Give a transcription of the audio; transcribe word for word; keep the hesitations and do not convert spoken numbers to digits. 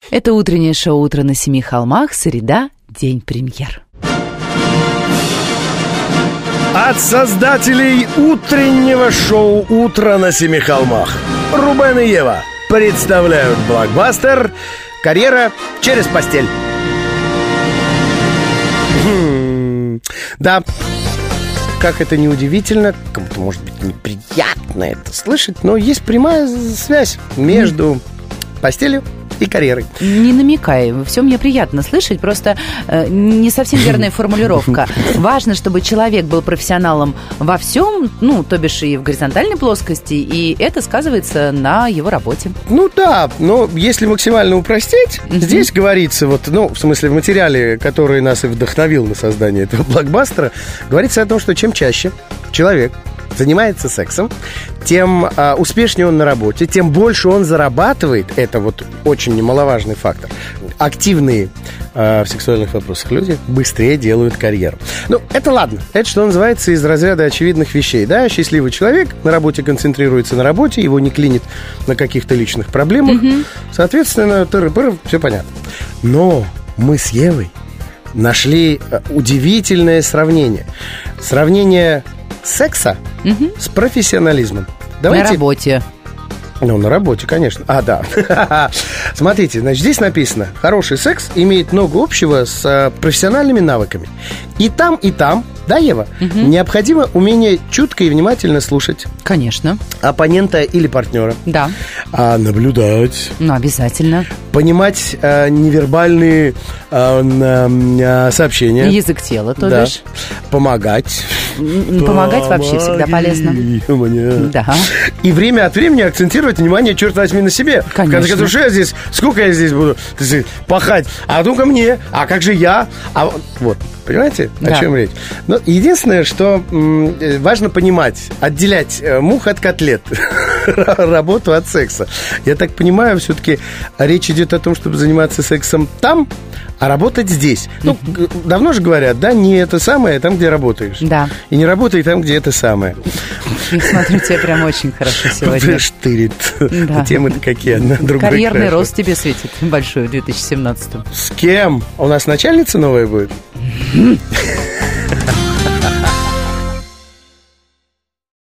Это утреннее шоу «Утро на семи холмах», среда, день премьер. От создателей утреннего шоу «Утро на семи холмах» Рубен и Ева представляют блокбастер «Карьера через постель». Хм, да, как это ни удивительно, кому-то может быть неприятно это слышать, но есть прямая связь между постелью и карьерой. Не намекай, все мне приятно слышать, просто э, не совсем верная формулировка. Важно, чтобы человек был профессионалом во всем, ну, то бишь и в горизонтальной плоскости, и это сказывается на его работе. Ну да, но если максимально упростить, mm-hmm. здесь говорится, вот, ну, в смысле, в материале, который нас и вдохновил на создание этого блокбастера, говорится о том, что чем чаще человек занимается сексом, тем а, успешнее он на работе, тем больше он зарабатывает. Это вот очень немаловажный фактор. Активные а, в сексуальных вопросах люди быстрее делают карьеру. Ну, это ладно. Это, что называется, из разряда очевидных вещей. Да, счастливый человек на работе концентрируется на работе, его не клинит на каких-то личных проблемах. Mm-hmm. Соответственно, тыры-пыры, все понятно. Но мы с Евой нашли удивительное сравнение. Сравнение секса угу. с профессионализмом. Давайте... На работе. Ну, на работе, конечно. А, да. Смотрите, значит, здесь написано: хороший секс имеет много общего с а, профессиональными навыками. И там, и там, да, Ева, угу. необходимо умение чутко и внимательно слушать. Конечно. Оппонента или партнера. Да. А, наблюдать. Ну, обязательно. Понимать а, невербальные а, а, сообщения. Язык тела, то да. бишь. Помогать. Помогать Помоги вообще всегда полезно. Мне. Да. И время от времени акцентировать внимание, черт возьми, на себе. Конечно. В конце концов, что я здесь, сколько я здесь буду сказать, пахать? А ну-ка мне, а как же я? А вот, понимаете, да. о чем речь? Но единственное, что м, важно понимать, отделять э, мух от котлет, работу от секса. Я так понимаю, все-таки речь идет о том, чтобы заниматься сексом там, а работать здесь. Ну, давно же говорят, да, не это самое, а там, где работаешь. Да. И не работай там, где это самое. Я смотрю, тебе прям очень хорошо сегодня. Штырит. Да. Темы-то какие, одна другой Карьерный краше. рост тебе светит большой в две тысячи семнадцатом. С кем? У нас начальница новая будет?